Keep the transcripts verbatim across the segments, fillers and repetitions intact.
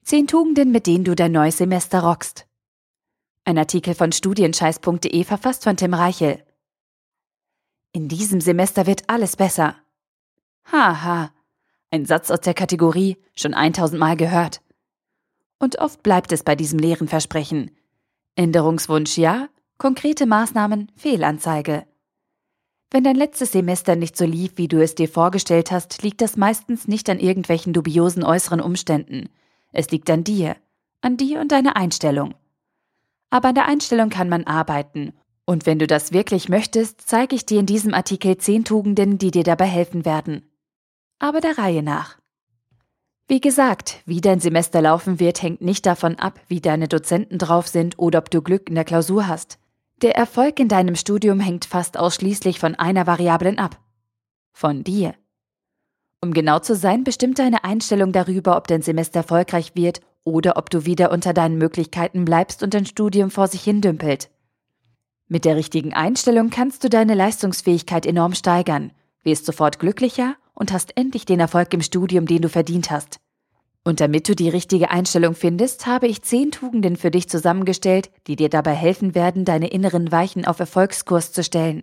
Zehn Tugenden, mit denen du dein neues Semester rockst. Ein Artikel von studienscheiß punkt de, verfasst von Tim Reichel. In diesem Semester wird alles besser. Haha, ein Satz aus der Kategorie, schon eintausendmal gehört. Und oft bleibt es bei diesem leeren Versprechen. Änderungswunsch ja, konkrete Maßnahmen Fehlanzeige. Wenn dein letztes Semester nicht so lief, wie du es dir vorgestellt hast, liegt das meistens nicht an irgendwelchen dubiosen äußeren Umständen. Es liegt an dir, an dir und deiner Einstellung. Aber an der Einstellung kann man arbeiten. Und wenn du das wirklich möchtest, zeige ich dir in diesem Artikel zehn Tugenden, die dir dabei helfen werden. Aber der Reihe nach. Wie gesagt, wie dein Semester laufen wird, hängt nicht davon ab, wie deine Dozenten drauf sind oder ob du Glück in der Klausur hast. Der Erfolg in deinem Studium hängt fast ausschließlich von einer Variablen ab. Von dir. Um genau zu sein, bestimmt deine Einstellung darüber, ob dein Semester erfolgreich wird oder ob du wieder unter deinen Möglichkeiten bleibst und dein Studium vor sich hin dümpelt. Mit der richtigen Einstellung kannst du deine Leistungsfähigkeit enorm steigern, wirst sofort glücklicher und hast endlich den Erfolg im Studium, den du verdient hast. Und damit du die richtige Einstellung findest, habe ich zehn Tugenden für dich zusammengestellt, die dir dabei helfen werden, deine inneren Weichen auf Erfolgskurs zu stellen.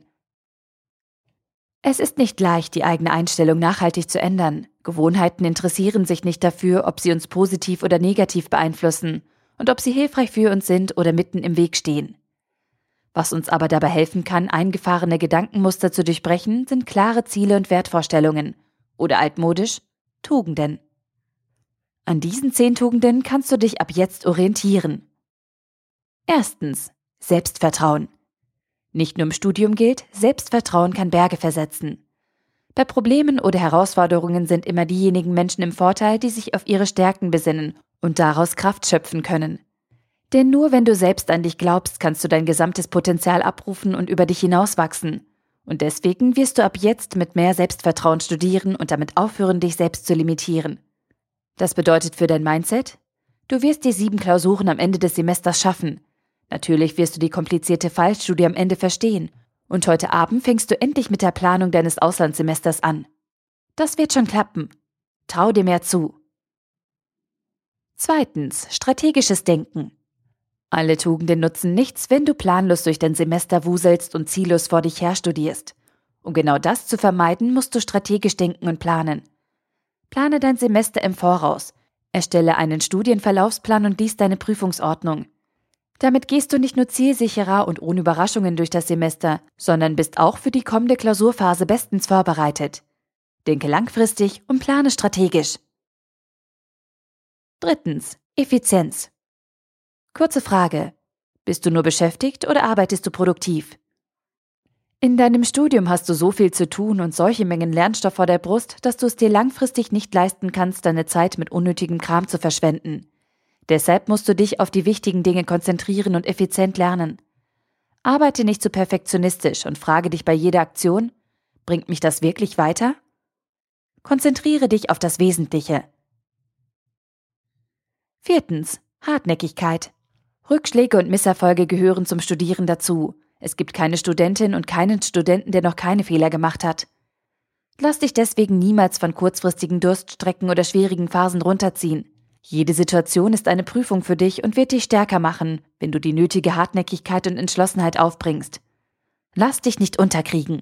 Es ist nicht leicht, die eigene Einstellung nachhaltig zu ändern. Gewohnheiten interessieren sich nicht dafür, ob sie uns positiv oder negativ beeinflussen und ob sie hilfreich für uns sind oder mitten im Weg stehen. Was uns aber dabei helfen kann, eingefahrene Gedankenmuster zu durchbrechen, sind klare Ziele und Wertvorstellungen oder altmodisch Tugenden. An diesen zehn Tugenden kannst du dich ab jetzt orientieren. Erstens. Selbstvertrauen. Nicht nur im Studium gilt, Selbstvertrauen kann Berge versetzen. Bei Problemen oder Herausforderungen sind immer diejenigen Menschen im Vorteil, die sich auf ihre Stärken besinnen und daraus Kraft schöpfen können. Denn nur wenn du selbst an dich glaubst, kannst du dein gesamtes Potenzial abrufen und über dich hinauswachsen. Und deswegen wirst du ab jetzt mit mehr Selbstvertrauen studieren und damit aufhören, dich selbst zu limitieren. Das bedeutet für dein Mindset: Du wirst die sieben Klausuren am Ende des Semesters schaffen. Natürlich wirst du die komplizierte Fallstudie am Ende verstehen. Und heute Abend fängst du endlich mit der Planung deines Auslandssemesters an. Das wird schon klappen. Trau dir mehr zu. Zweitens. Strategisches Denken. Alle Tugenden nutzen nichts, wenn du planlos durch dein Semester wuselst und ziellos vor dich her studierst. Um genau das zu vermeiden, musst du strategisch denken und planen. Plane dein Semester im Voraus. Erstelle einen Studienverlaufsplan und lies deine Prüfungsordnung. Damit gehst du nicht nur zielsicherer und ohne Überraschungen durch das Semester, sondern bist auch für die kommende Klausurphase bestens vorbereitet. Denke langfristig und plane strategisch. Drittens. Effizienz. Kurze Frage. Bist du nur beschäftigt oder arbeitest du produktiv? In deinem Studium hast du so viel zu tun und solche Mengen Lernstoff vor der Brust, dass du es dir langfristig nicht leisten kannst, deine Zeit mit unnötigem Kram zu verschwenden. Deshalb musst du dich auf die wichtigen Dinge konzentrieren und effizient lernen. Arbeite nicht zu perfektionistisch und frage dich bei jeder Aktion: Bringt mich das wirklich weiter? Konzentriere dich auf das Wesentliche. Viertens. Hartnäckigkeit. Rückschläge und Misserfolge gehören zum Studieren dazu. Es gibt keine Studentin und keinen Studenten, der noch keine Fehler gemacht hat. Lass dich deswegen niemals von kurzfristigen Durststrecken oder schwierigen Phasen runterziehen. Jede Situation ist eine Prüfung für dich und wird dich stärker machen, wenn du die nötige Hartnäckigkeit und Entschlossenheit aufbringst. Lass dich nicht unterkriegen.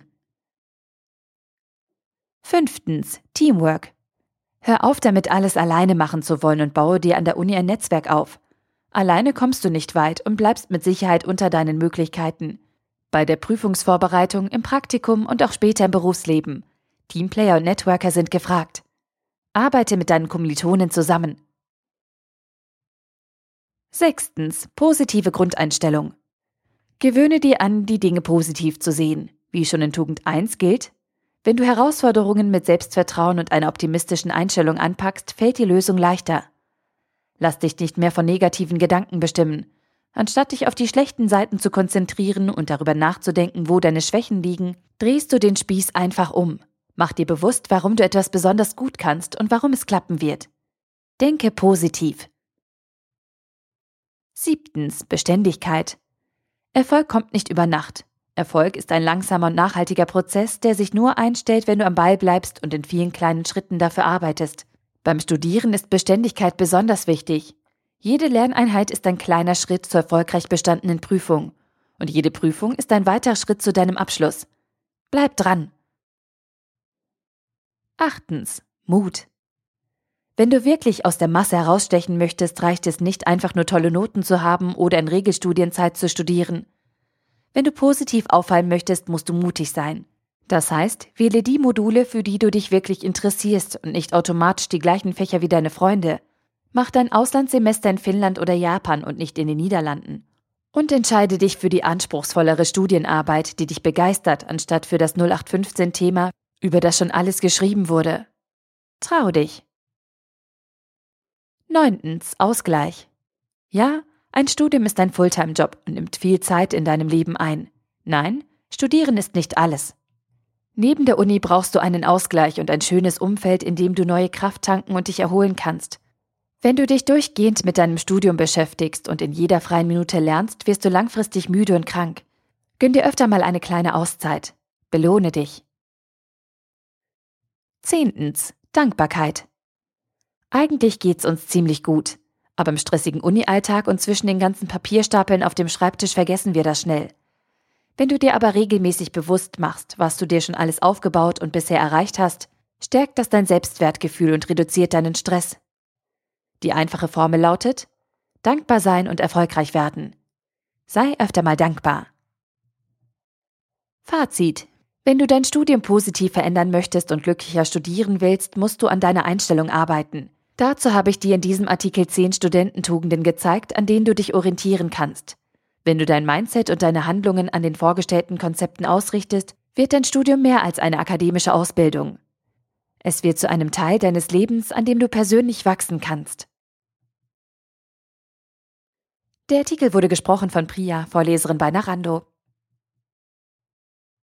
Fünftens. Teamwork. Hör auf damit, alles alleine machen zu wollen und baue dir an der Uni ein Netzwerk auf. Alleine kommst du nicht weit und bleibst mit Sicherheit unter deinen Möglichkeiten. Bei der Prüfungsvorbereitung, im Praktikum und auch später im Berufsleben. Teamplayer und Networker sind gefragt. Arbeite mit deinen Kommilitonen zusammen. Sechstens. Positive Grundeinstellung. Gewöhne dir an, die Dinge positiv zu sehen. Wie schon in Tugend eins gilt: Wenn du Herausforderungen mit Selbstvertrauen und einer optimistischen Einstellung anpackst, fällt die Lösung leichter. Lass dich nicht mehr von negativen Gedanken bestimmen. Anstatt dich auf die schlechten Seiten zu konzentrieren und darüber nachzudenken, wo deine Schwächen liegen, drehst du den Spieß einfach um. Mach dir bewusst, warum du etwas besonders gut kannst und warum es klappen wird. Denke positiv. Siebtens. Beständigkeit. Erfolg kommt nicht über Nacht. Erfolg ist ein langsamer und nachhaltiger Prozess, der sich nur einstellt, wenn du am Ball bleibst und in vielen kleinen Schritten dafür arbeitest. Beim Studieren ist Beständigkeit besonders wichtig. Jede Lerneinheit ist ein kleiner Schritt zur erfolgreich bestandenen Prüfung. Und jede Prüfung ist ein weiterer Schritt zu deinem Abschluss. Bleib dran! Achtens. Mut. Wenn du wirklich aus der Masse herausstechen möchtest, reicht es nicht, einfach nur tolle Noten zu haben oder in Regelstudienzeit zu studieren. Wenn du positiv auffallen möchtest, musst du mutig sein. Das heißt, wähle die Module, für die du dich wirklich interessierst und nicht automatisch die gleichen Fächer wie deine Freunde. Mach dein Auslandssemester in Finnland oder Japan und nicht in den Niederlanden. Und entscheide dich für die anspruchsvollere Studienarbeit, die dich begeistert, anstatt für das null acht fünfzehn-Thema, über das schon alles geschrieben wurde. Trau dich! Neuntens. Ausgleich. Ja, ein Studium ist ein Fulltime-Job und nimmt viel Zeit in deinem Leben ein. Nein, Studieren ist nicht alles. Neben der Uni brauchst du einen Ausgleich und ein schönes Umfeld, in dem du neue Kraft tanken und dich erholen kannst. Wenn du dich durchgehend mit deinem Studium beschäftigst und in jeder freien Minute lernst, wirst du langfristig müde und krank. Gönn dir öfter mal eine kleine Auszeit. Belohne dich. Zehntens. Dankbarkeit. Eigentlich geht's uns ziemlich gut, aber im stressigen Uni-Alltag und zwischen den ganzen Papierstapeln auf dem Schreibtisch vergessen wir das schnell. Wenn du dir aber regelmäßig bewusst machst, was du dir schon alles aufgebaut und bisher erreicht hast, stärkt das dein Selbstwertgefühl und reduziert deinen Stress. Die einfache Formel lautet: dankbar sein und erfolgreich werden. Sei öfter mal dankbar. Fazit: Wenn du dein Studium positiv verändern möchtest und glücklicher studieren willst, musst du an deiner Einstellung arbeiten. Dazu habe ich dir in diesem Artikel zehn Studententugenden gezeigt, an denen du dich orientieren kannst. Wenn du dein Mindset und deine Handlungen an den vorgestellten Konzepten ausrichtest, wird dein Studium mehr als eine akademische Ausbildung. Es wird zu einem Teil deines Lebens, an dem du persönlich wachsen kannst. Der Artikel wurde gesprochen von Priya, Vorleserin bei Narando.